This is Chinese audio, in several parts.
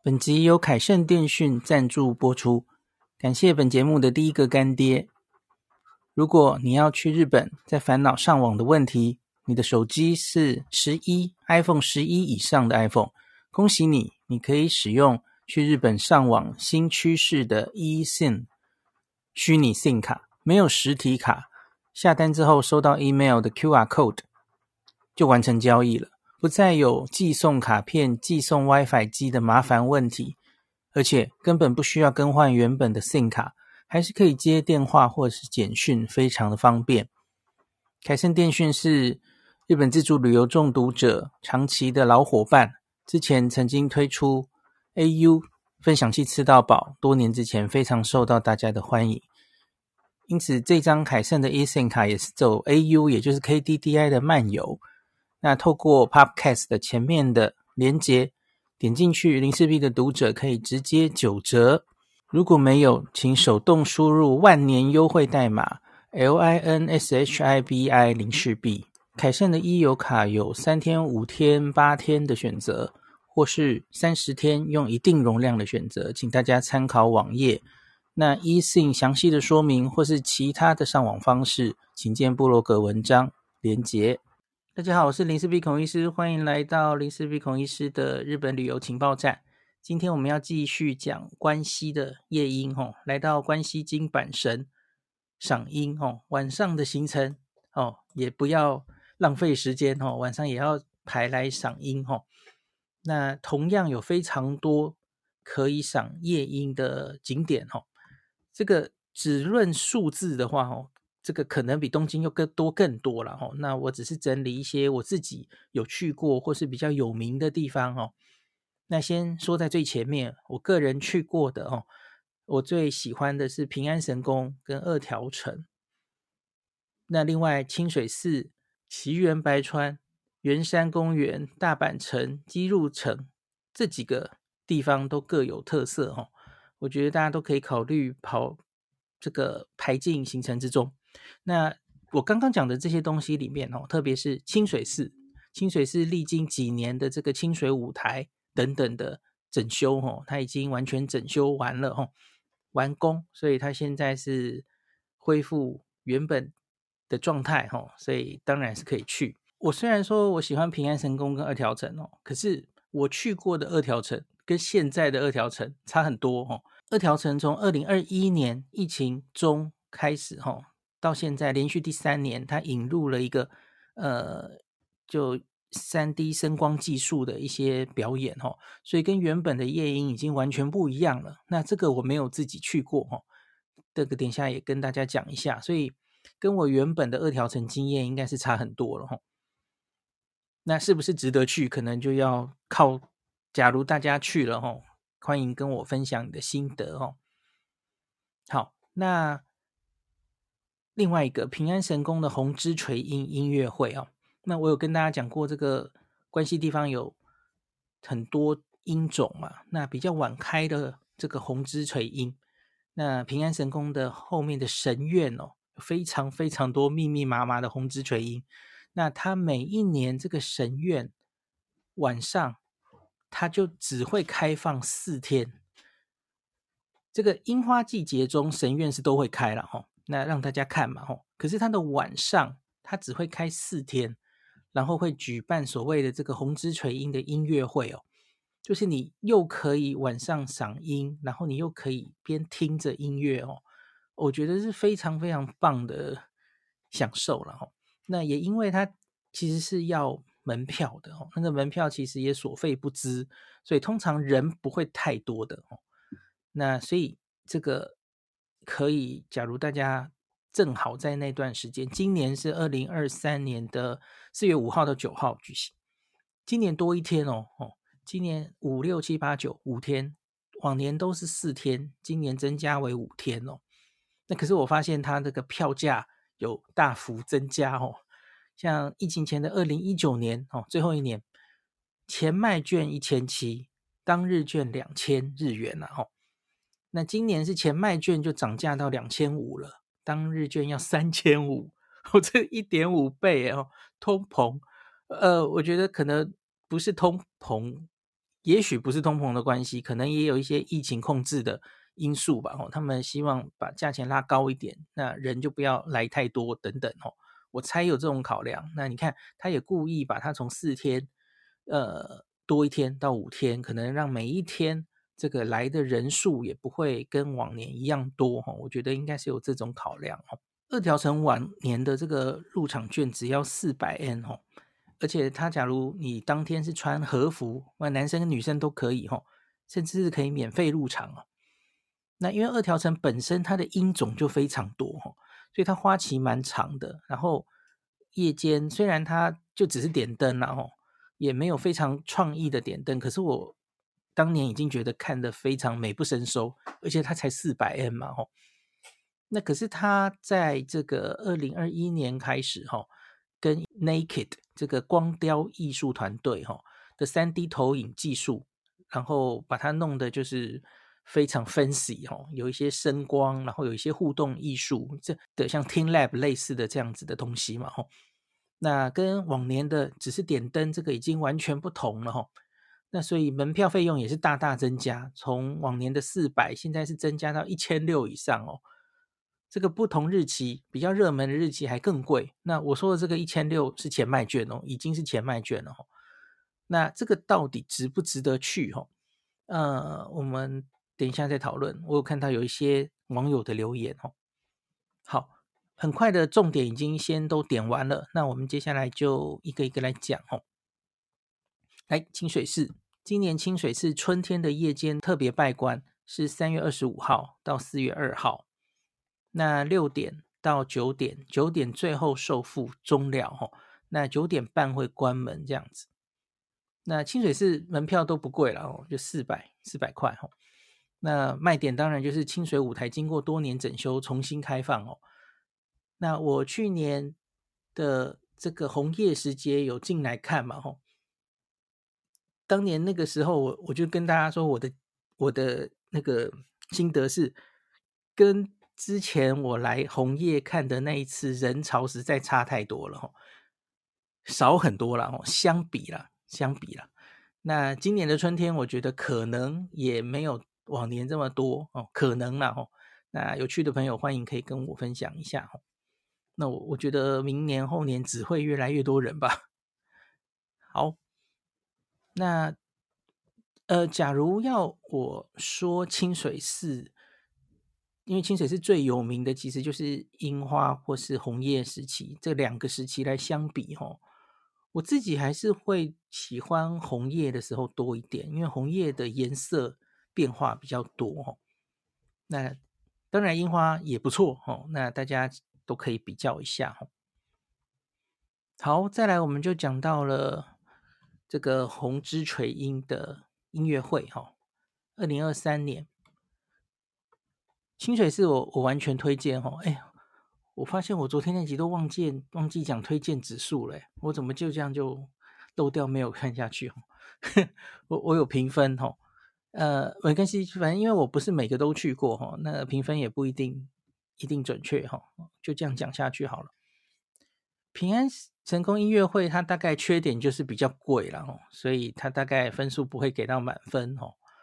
本集由凯盛电讯赞助播出，感谢本节目的第一个干爹。如果你要去日本，在烦恼上网的问题，你的手机是iPhone 11以上的 iPhone， 恭喜你，你可以使用去日本上网新趋势的 eSIM 虚拟 SIM 卡，没有实体卡，下单之后收到 email 的 QR code 就完成交易了，不再有寄送卡片、寄送 WiFi 机的麻烦问题，而且根本不需要更换原本的 SIM 卡，还是可以接电话或者是简讯，非常的方便。凯盛电讯是日本自助旅游中毒者长期的老伙伴，之前曾经推出 AU 分享器吃到饱，多年之前非常受到大家的欢迎。因此这张凯盛的 eSIM 卡也是走 AU 也就是 KDDI 的漫游。那透过 Podcast 的前面的连结点进去，零4B的读者可以直接9折。如果没有，请手动输入万年优惠代码 LINSHIBI 零4B。凯盛的E游卡有3天、5天、8天的选择，或是30天用一定容量的选择，请大家参考网页。那 eSIM 详细的说明或是其他的上网方式，请见部落格文章连结。大家好，我是林氏璧孔医师，欢迎来到林氏璧孔医师的日本旅游情报站。今天我们要继续讲关西的夜莺，来到关西金板神赏樱，晚上的行程也不要浪费时间，晚上也要排来赏樱。那同样有非常多可以赏夜莺的景点，这个只论数字的话，这个可能比东京又更多了。那我只是整理一些我自己有去过或是比较有名的地方。那先说在最前面，我个人去过的我最喜欢的是平安神宫跟二条城。那另外清水寺、奇缘白川、圆山公园、大阪城、姬路城这几个地方都各有特色。我觉得大家都可以考虑跑这个排进行程之中。那我刚刚讲的这些东西里面特别是清水寺历经几年的这个清水舞台等等的整修它已经完全整修完了完工，所以它现在是恢复原本的状态所以当然是可以去。我虽然说我喜欢平安神宫跟二条城可是我去过的二条城跟现在的二条城差很多二条城从2021年疫情中开始到现在连续第3年，它引入了一个就 3D 声光技术的一些表演所以跟原本的夜莺已经完全不一样了。那这个我没有自己去过这个等一下也跟大家讲一下，所以跟我原本的二条城经验应该是差很多了那是不是值得去，可能就要靠假如大家去了欢迎跟我分享你的心得好，那另外一个平安神宫的红之垂樱音乐会那我有跟大家讲过，这个关西地方有很多樱种嘛，那比较晚开的这个红之垂樱，那平安神宫的后面的神院非常非常多密密麻麻的红之垂樱。那它每一年这个神院晚上它就只会开放4天。这个樱花季节中神院是都会开了那让大家看嘛可是它的晚上它只会开4天，然后会举办所谓的这个红之垂樱的音乐会就是你又可以晚上赏樱，然后你又可以边听着音乐我觉得是非常非常棒的享受了那也因为它其实是要门票的那个门票其实也所费不赀，所以通常人不会太多的那所以这个可以，假如大家正好在那段时间，今年是2023年的4月5号到9号举行，今年多1天今年5、6、7、8、9 5天，往年都是4天，今年增加为5天那可是我发现它这个票价有大幅增加像疫情前的2019年最后一年，前卖券1700，当日券2000日元那今年是前卖券就涨价到2500了，当日券要3500，这 1.5 倍通膨。我觉得可能不是通膨也许不是通膨的关系，可能也有一些疫情控制的因素吧，他们希望把价钱拉高一点，那人就不要来太多等等，我猜有这种考量。那你看，他也故意把它从4天，多1天到5天，可能让每一天这个来的人数也不会跟往年一样多，我觉得应该是有这种考量。2条城往年的这个入场券只要400N，而且他假如你当天是穿和服，那男生跟女生都可以，甚至是可以免费入场。那因为2条城本身它的音种就非常多，所以它花期蛮长的。然后夜间虽然它就只是点灯啦，也没有非常创意的点灯，可是我当年已经觉得看得非常美不胜收，而且它才400M 嘛，那可是他在这个2021年开始，跟 Naked 这个光雕艺术团队的 3D 投影技术，然后把它弄得就是非常 fancy，有一些声光，然后有一些互动艺术，这的像 TeamLab 类似的这样子的东西嘛，那跟往年的只是点灯这个已经完全不同了，那所以门票费用也是大大增加，从往年的400现在是增加到1600以上哦。这个不同日期比较热门的日期还更贵。那我说的这个1600是前卖券哦，已经是前卖券了哦。那这个到底值不值得去哦？我们等一下再讨论。我有看到有一些网友的留言哦。好，很快的重点已经先都点完了，那我们接下来就一个一个来讲哦。来，清水寺，今年清水寺春天的夜间特别拜观是3月25号到4月2号。那6点到9点，9点最后受付终了那9点半会关门这样子。那清水寺门票都不贵了就400块那卖点当然就是清水舞台经过多年整修重新开放那我去年的这个红叶时节有进来看嘛当年那个时候我就跟大家说我的那个心得是跟之前我来红叶看的那一次人潮实在差太多了少很多了相比啦。那今年的春天我觉得可能也没有往年这么多可能啦那有趣的朋友欢迎可以跟我分享一下那我觉得明年后年只会越来越多人吧。好，那假如要我说清水寺，因为清水寺最有名的其实就是樱花或是红叶时期，这2个时期来相比我自己还是会喜欢红叶的时候多一点，因为红叶的颜色变化比较多那当然樱花也不错那大家都可以比较一下好，再来我们就讲到了这个红之锤音的音乐会2023年清水寺我完全推荐哎呀，我发现我昨天那集都忘记讲推荐指数了，我怎么就这样就漏掉没有看下去我有评分没关系，反正因为我不是每个都去过那评分也不一定准确就这样讲下去好了。平安成功音乐会它大概缺点就是比较贵啦所以它大概分数不会给到满分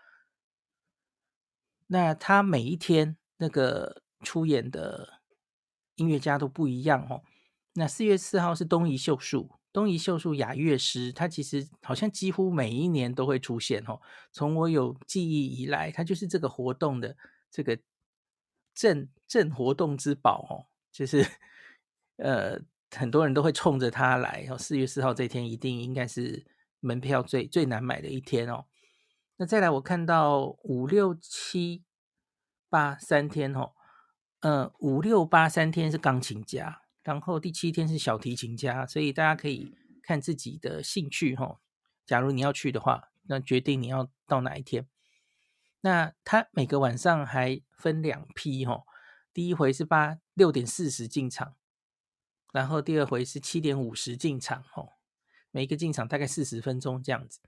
那它每一天那个出演的音乐家都不一样那4月4号是东宜秀树雅乐师，他其实好像几乎每一年都会出现从我有记忆以来，他就是这个活动的这个正活动之宝就是很多人都会冲着他来4月4号这天一定应该是门票最难买的一天那再来我看到5、6、7、8 3天5、6、8 3天是钢琴家，然后第7天是小提琴家，所以大家可以看自己的兴趣假如你要去的话，那决定你要到哪一天。那他每个晚上还分2批第一回是6点40进场，然后第二回是7点50进场每一个进场大概40分钟这样子。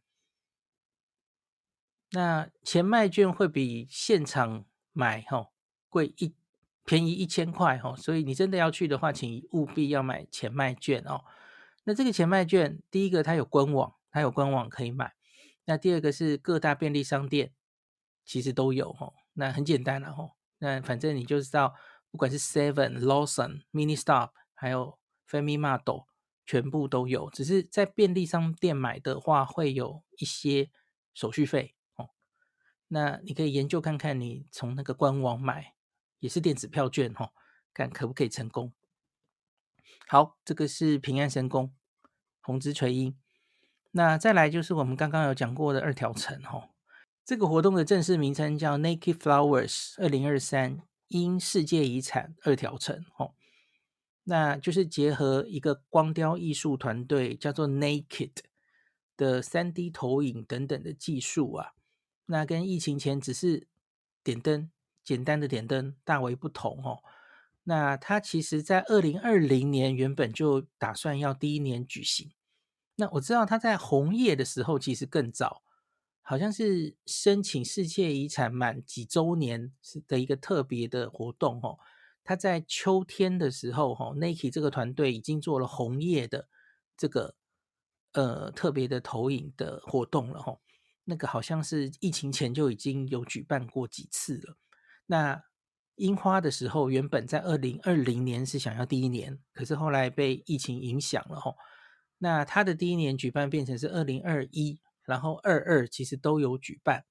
那前卖券会比现场买便宜1000块所以你真的要去的话，请务必要买前卖券那这个前卖券，第一个它有官网可以买。 那第二个是各大便利商店其实都有那很简单那反正你就知道，不管是 Seven、Lawson、Mini Stop 还有 Family Mart 全部都有，只是在便利商店买的话会有一些手续费那你可以研究看看，你从那个官网买也是电子票券看可不可以成功。好，这个是平安神功，红之垂樱。那再来就是我们刚刚有讲过的二条城这个活动的正式名称叫 Naked Flowers 2023樱世界遗产二条城那就是结合一个光雕艺术团队叫做 Naked 的 3D 投影等等的技术啊，那跟疫情前只是点灯简单的点灯大为不同那它其实在2020年原本就打算要第一年举行，那我知道他在红叶的时候其实更早，好像是申请世界遗产满几周年的一个特别的活动他在秋天的时候Nike 这个团队已经做了红叶的这个特别的投影的活动了那个好像是疫情前就已经有举办过几次了。那樱花的时候原本在2020年是想要第一年，可是后来被疫情影响了那他的第一年举办变成是2021，然后22其实都有举办。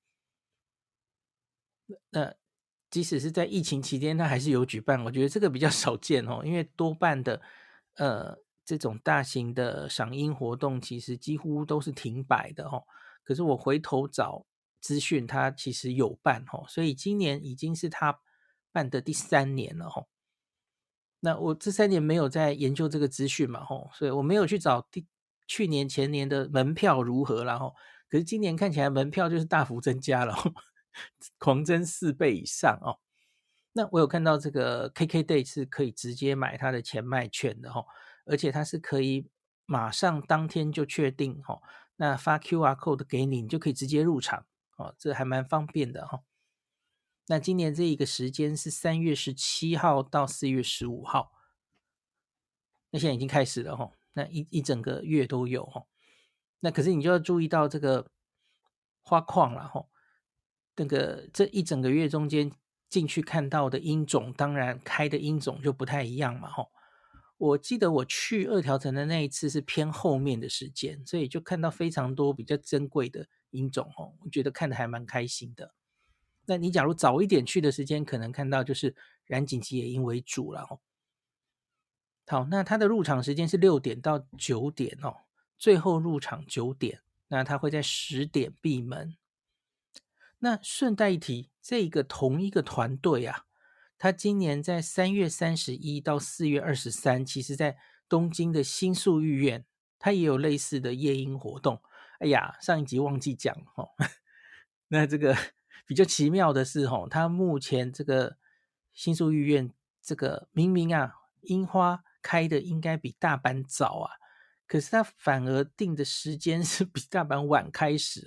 那即使是在疫情期间，他还是有举办，我觉得这个比较少见因为多半的这种大型的赏樱活动其实几乎都是停摆的可是我回头找资讯，他其实有办所以今年已经是他办的第3年了那我这3年没有在研究这个资讯嘛所以我没有去找去年前年的门票如何啦可是今年看起来门票就是大幅增加了狂增4倍以上那我有看到这个 KKday 是可以直接买它的前卖券的而且它是可以马上当天就确定那发 QR code 给你，你就可以直接入场这还蛮方便的那今年这一个时间是3月17号到4月15号，那现在已经开始了那一整个月都有那可是你就要注意到这个花况啦那个这一整个月中间进去看到的樱种，当然开的樱种就不太一样嘛我记得我去二条城的那一次是偏后面的时间，所以就看到非常多比较珍贵的樱种我觉得看得还蛮开心的。那你假如早一点去的时间，可能看到就是染井吉野樱为主了好，那它的入场时间是6点到9点最后入场9点，那它会在10点闭门。那顺带一提，这个同一个团队啊，他今年在3月31到4月23，其实在东京的新宿御苑，它也有类似的夜樱活动。哎呀，上一集忘记讲那这个比较奇妙的是它目前这个新宿御苑这个明明啊樱花开的应该比大阪早啊，可是它反而定的时间是比大阪晚开始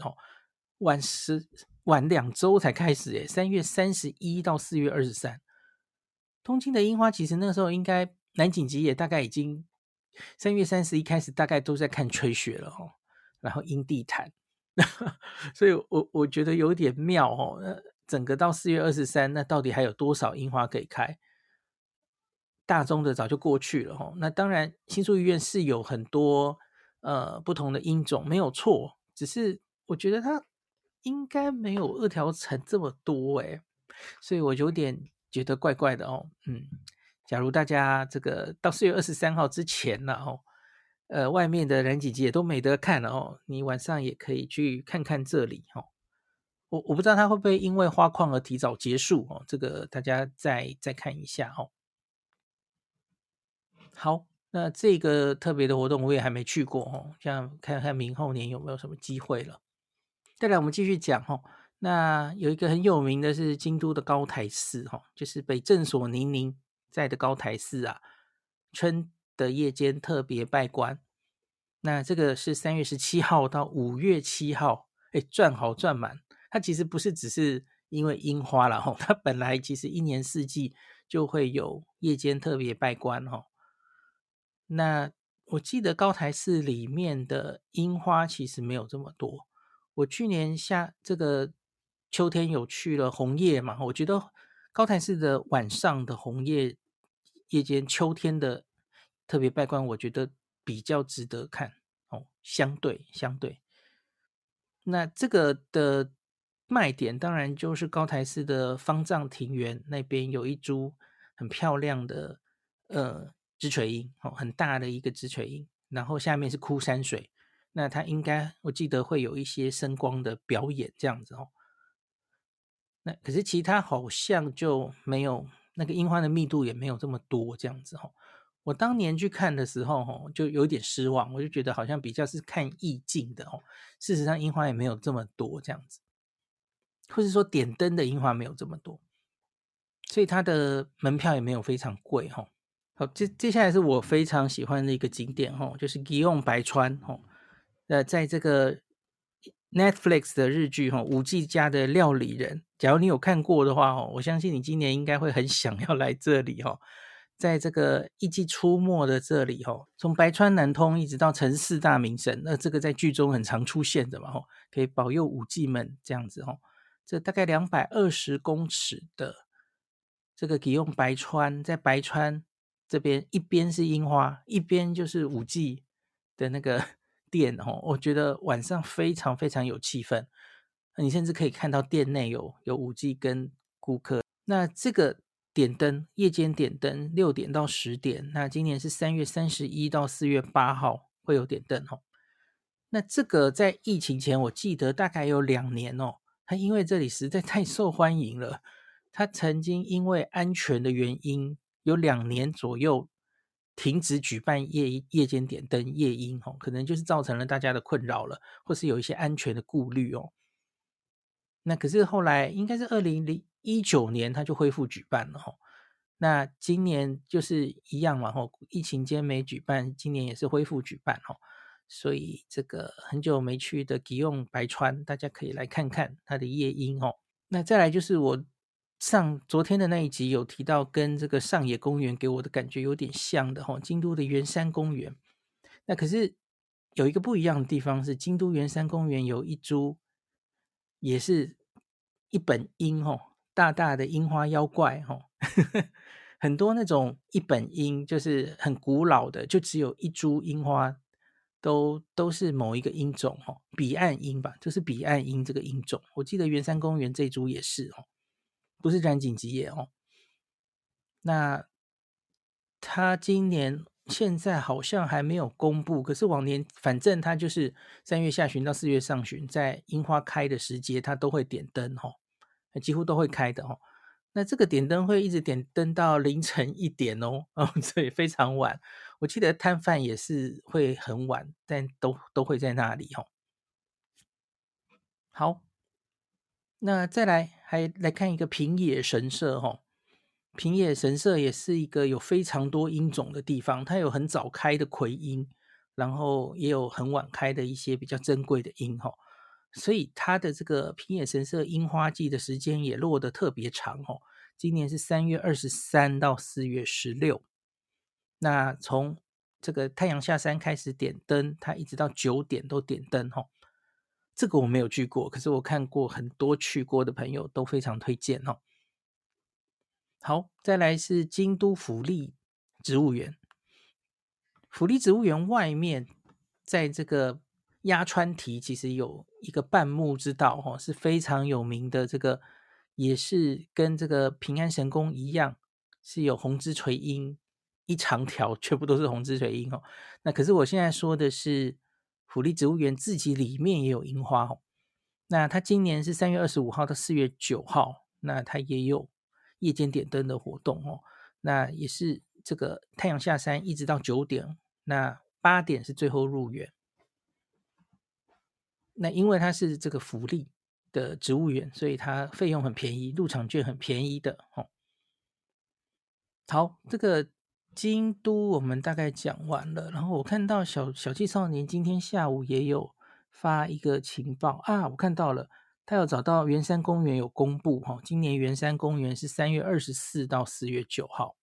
晚2周才开始耶，3月31到4月23。东京的樱花其实那个时候应该南景吉也大概已经3月31开始大概都在看吹雪了然后樱地毯所以我觉得有点妙整个到4月23，那到底还有多少樱花可以开？大宗的早就过去了那当然新宿御苑是有很多不同的樱种没有错，只是我觉得它应该没有二条城这么多所以我有点觉得怪怪的假如大家这个到4月23号之前呢外面的染井吉也都没得看了你晚上也可以去看看这里我不知道它会不会因为花况而提早结束这个大家再看一下好，那这个特别的活动我也还没去过像看看明后年有没有什么机会了。再来我们继续讲那有一个很有名的是京都的高台寺就是北正所宁宁在的高台寺啊，春的夜间特别拜观。那这个是3月17号到5月7号，赚好赚满。它其实不是只是因为樱花啦它本来其实一年四季就会有夜间特别拜观那我记得高台寺里面的樱花其实没有这么多， 我去年这个秋天有去了红叶嘛，我觉得高台寺的晚上的红叶夜间秋天的特别拜观，我觉得比较值得看哦，相对。那这个的卖点当然就是高台寺的方丈庭园那边有一株很漂亮的枝垂樱哦，很大的一个枝垂樱，然后下面是枯山水，那它应该我记得会有一些声光的表演这样子哦。那可是其他好像就没有那个樱花的密度也没有这么多这样子哦。我当年去看的时候哦，就有点失望，我就觉得好像比较是看意境的哦。事实上樱花也没有这么多这样子，或是说点灯的樱花没有这么多，所以它的门票也没有非常贵哈。好，接下来是我非常喜欢的一个景点哈，就是吉永白川哈。在这个 Netflix 的日剧哈《五 G 家的料理人》，假如你有看过的话哦，我相信你今年应该会很想要来这里哈。在这个艺伎出没的这里哈，从白川南通一直到城四大名神，那这个在剧中很常出现的嘛哈，可以保佑五 G 们这样子哈。这大概220公尺的这个吉用白川，在白川这边一边是樱花，一边就是五 G 的那个店哦，我觉得晚上非常非常有气氛，你甚至可以看到店内有五 G 跟顾客。那这个点灯，夜间点灯6点到10点，那今年是3月31到4月8号会有点灯哦。那这个在疫情前，我记得大概有2年哦，它因为这里实在太受欢迎了，它曾经因为安全的原因，有2年左右停止举办夜间点灯夜莺哦，可能就是造成了大家的困扰了，或是有一些安全的顾虑哦。那可是后来应该是2019年，它就恢复举办了哈。那今年就是一样嘛哈，疫情间没举办，今年也是恢复举办哈。所以这个很久没去的吉永白川，大家可以来看看它的夜莺哦。那再来就是我昨天的那一集有提到，跟这个上野公园给我的感觉有点像的哈，京都的圆山公园。那可是有一个不一样的地方是，京都圆山公园有一株也是一本樱哦，大大的樱花妖怪哦，很多那种一本樱就是很古老的，就只有一株樱花，都是某一个樱种哦，彼岸樱吧，就是彼岸樱这个樱种。我记得圆山公园这株也是哦，不是染井吉野哦。那他今年现在好像还没有公布，可是往年反正他就是3月下旬到4月上旬，在樱花开的时节，他都会点灯哈，几乎都会开的哈。那这个点灯会一直点灯到凌晨1点哦，所以非常晚。我记得摊贩也是会很晚，但都会在那里哈。好，那再来还来看一个平野神社哈。平野神社也是一个有非常多樱种的地方，它有很早开的葵樱，然后也有很晚开的一些比较珍贵的樱哈，所以它的这个平野神社樱花季的时间也落得特别长哦。今年是3月23到4月16，那从这个太阳下山开始点灯，它一直到9点都点灯哈。这个我没有去过，可是我看过很多去过的朋友都非常推荐哦。好，再来是京都府立植物园。府立植物园外面，在这个鸭川堤，其实有一个半木之道，哈，是非常有名的。这个也是跟这个平安神宫一样，是有红枝垂樱一长条，全部都是红枝垂樱哦。那可是我现在说的是府立植物园自己里面也有樱花哦。那它今年是3月25号到4月9号，那它也有夜间点灯的活动哦。那也是这个太阳下山一直到9点，那8点是最后入园。那因为它是这个福利的植物园，所以它费用很便宜，入场券很便宜的哦。好，这个京都我们大概讲完了，然后我看到小气少年今天下午也有发一个情报啊，我看到了，他有找到圆山公园有公布哈，今年圆山公园是3月24到4月9号，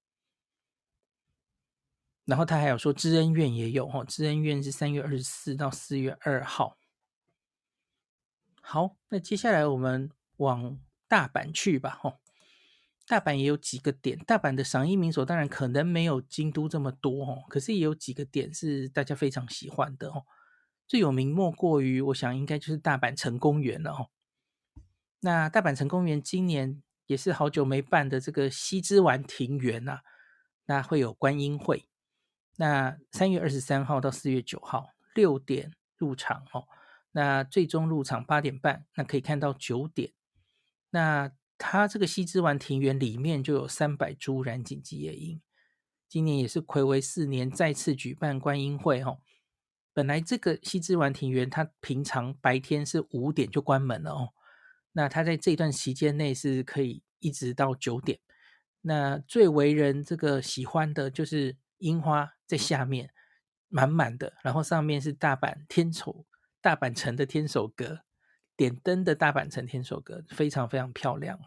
然后他还有说知恩院也有哈，知恩院是3月24到4月2号。 好，那接下来我们往大阪去吧。大阪也有几个点，大阪的赏樱名所当然可能没有京都这么多可是也有几个点是大家非常喜欢的最有名莫过于，我想应该就是大阪城公园了那大阪城公园今年也是好久没办的这个西之丸庭园那会有观音会。那3月23号到4月9号6点入场那最终入场8点半，那可以看到9点。那它这个西之丸庭园里面就有300株染井吉野樱，今年也是睽违4年再次举办观音会本来这个西之丸庭园它平常白天是5点就关门了那它在这段期间内是可以一直到9点。那最为人这个喜欢的就是樱花在下面满满的，然后上面是大阪城的天守阁，点灯的大阪城天守阁，非常非常漂亮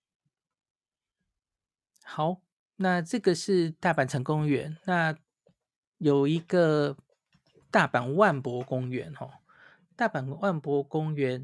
好，那这个是大阪城公园，那有一个大阪万博公园大阪万博公园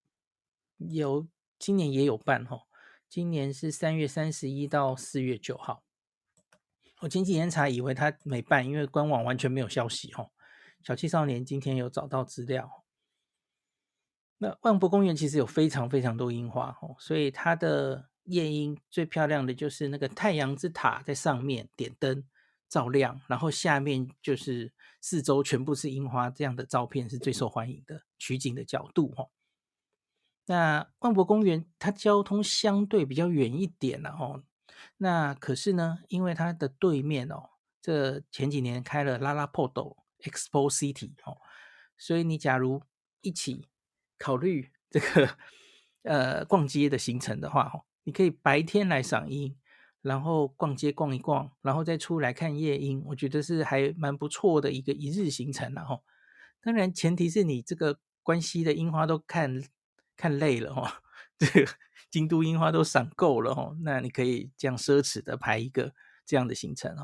今年也有办今年是3月31到4月9号。我前几天才以为他没办，因为官网完全没有消息小七少年今天有找到资料那万博公园其实有非常非常多樱花所以它的夜樱最漂亮的就是那个太阳之塔在上面点灯照亮，然后下面就是四周全部是樱花，这样的照片是最受欢迎的取景的角度那万博公园它交通相对比较远一点那可是呢，因为它的对面这前几年开了拉拉破斗 Expo City 所以你假如一起考虑这个逛街的行程的话你可以白天来赏樱，然后逛街逛一逛，然后再出来看夜樱，我觉得是还蛮不错的一日行程当然前提是你这个关西的樱花都看累了这个京都樱花都赏够了那你可以这样奢侈的排一个这样的行程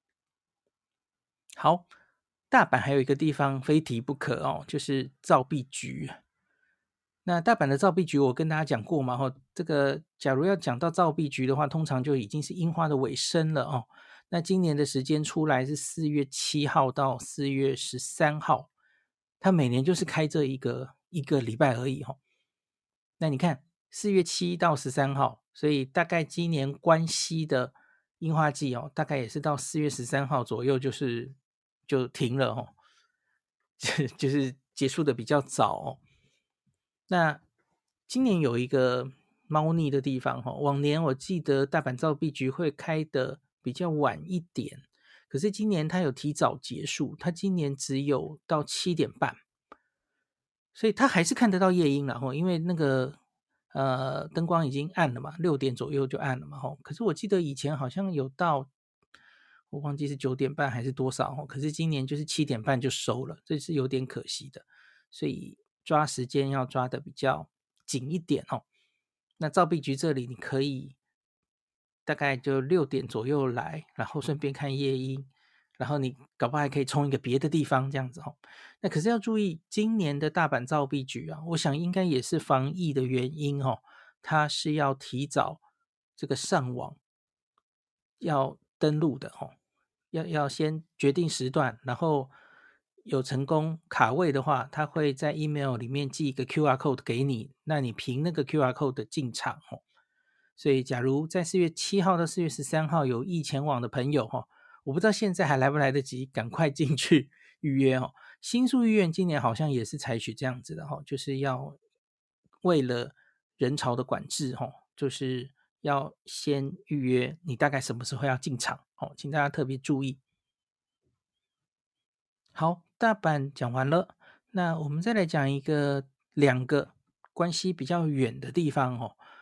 好，大阪还有一个地方非提不可就是造币局。那大阪的造币局我跟大家讲过嘛这个假如要讲到造币局的话，通常就已经是樱花的尾声了那今年的时间出来是4月7号到4月13号，它每年就是开这一个礼拜而已那你看4月7到13号，所以大概今年关西的樱花季大概也是到4月13号左右就停了就是结束的比较早那今年有一个猫腻的地方往年我记得大阪造币局会开的比较晚一点，可是今年它有提早结束，它今年只有到7点半，所以它还是看得到夜樱了因为那个灯光已经暗了嘛，6点左右就暗了嘛可是我记得以前好像有到我忘记是9点半还是多少可是今年就是7点半就收了，这是有点可惜的，所以抓时间要抓的比较紧一点那造币局这里你可以大概就6点左右来，然后顺便看夜樱，然后你搞不好还可以冲一个别的地方这样子那可是要注意，今年的大阪造币局我想应该也是防疫的原因它是要提早这个上网要登录的要先决定时段，然后有成功卡位的话，他会在 email 里面寄一个 QR code 给你，那你凭那个 QR code 进场所以假如在4月7号到4月13号有意前往的朋友我不知道现在还来不来得及，赶快进去预约新宿御苑今年好像也是采取这样子的就是要为了人潮的管制就是要先预约你大概什么时候要进场请大家特别注意。好，大阪讲完了，那我们再来讲两个关系比较远的地方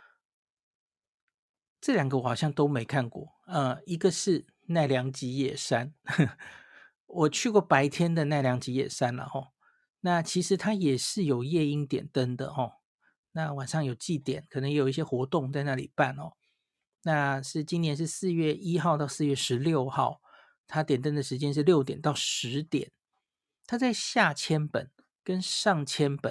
这两个我好像都没看过，一个是奈良吉野山，我去过白天的奈良吉野山了那其实它也是有夜莺点灯的那晚上有祭典，可能有一些活动在那里办那是今年是4月1号到4月16号，它点灯的时间是6点到10点。它在下千本跟上千本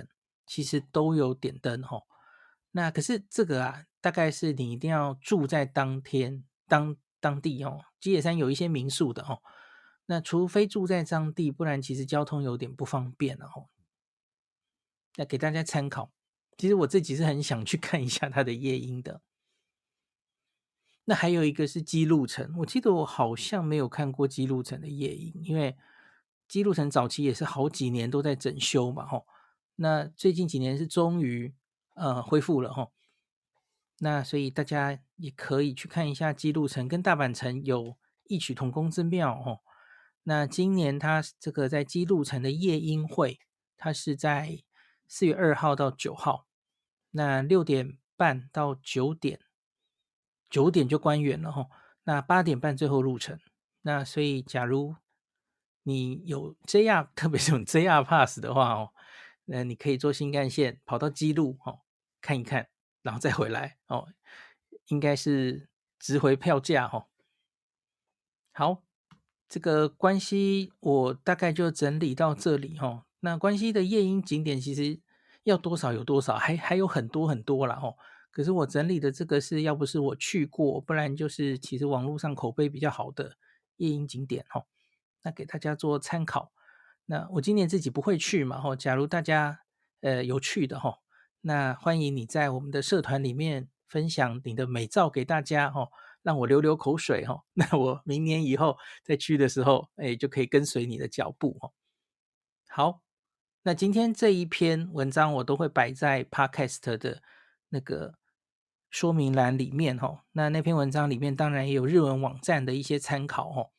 其实都有点灯齁。那可是这个啊，大概是你一定要住在当地哦。吉野山有一些民宿的哦，那除非住在当地，不然其实交通有点不方便了哦。那给大家参考，其实我自己是很想去看一下它的夜莺的。那还有一个是姬路城，我记得我好像没有看过姬路城的夜莺，因为姬路城早期也是好几年都在整修嘛齁。那最近几年是终于恢复了齁。那所以大家也可以去看一下姬路城跟大阪城有异曲同工之妙齁。那今年它这个在姬路城的夜莺会，它是在4月2号到9号，那6点半到9点就关园了齁。那8点半最后入城。那所以假如你有 JR 特别是有 JR Pass 的话哦，那你可以坐新干线跑到姬路哦看一看，然后再回来哦，应该是值回票价哦。好，这个关西我大概就整理到这里哦。那关西的夜莺景点其实要多少有多少，还有很多很多啦哦。可是我整理的这个是要不是我去过，不然就是其实网络上口碑比较好的夜莺景点哦。那给大家做参考。那我今年自己不会去嘛吼，假如大家有去的吼，那欢迎你在我们的社团里面分享你的美照给大家吼，让我流流口水吼。那我明年以后再去的时候，就可以跟随你的脚步吼。好，那今天这一篇文章我都会摆在 Podcast 的那个说明栏里面吼。那篇文章里面当然也有日文网站的一些参考吼。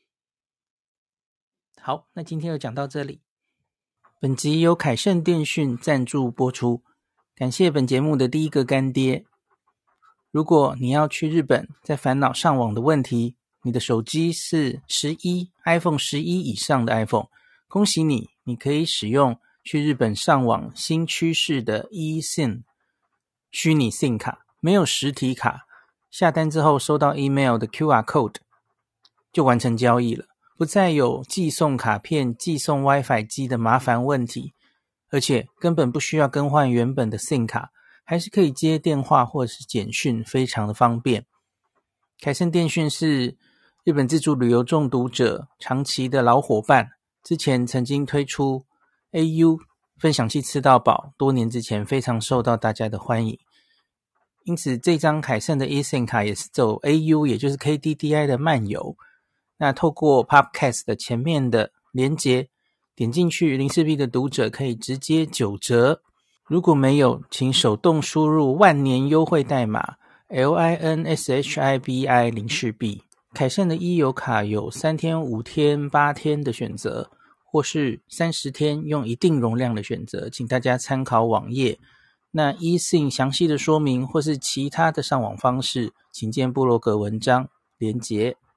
好，那今天就讲到这里。本集由凯盛电讯赞助播出，感谢本节目的第一个干爹。如果你要去日本，在烦恼上网的问题，你的手机是iPhone 11以上的 iPhone， 恭喜你，你可以使用去日本上网新趋势的 eSIM 虚拟 SIM 卡，没有实体卡，下单之后收到 email 的 QR code 就完成交易了。不再有寄送卡片、寄送 WiFi 机的麻烦问题，而且根本不需要更换原本的 SIM 卡，还是可以接电话或者是简讯，非常的方便。凯盛电讯是日本自助旅游中毒者长期的老伙伴，之前曾经推出 AU 分享器吃到饱，多年之前非常受到大家的欢迎。因此这张凯盛的 eSIM 卡也是走 AU 也就是 KDDI 的漫游。那透过 Podcast 的前面的连结点进去，林氏璧的读者可以直接9折。如果没有，请手动输入万年优惠代码 LINSHIBI 林氏璧。凯盛的E游卡有3天、5天、8天的选择，或是30天用一定容量的选择，请大家参考网页。那 eSIM 详细的说明或是其他的上网方式，请见部落格文章连结。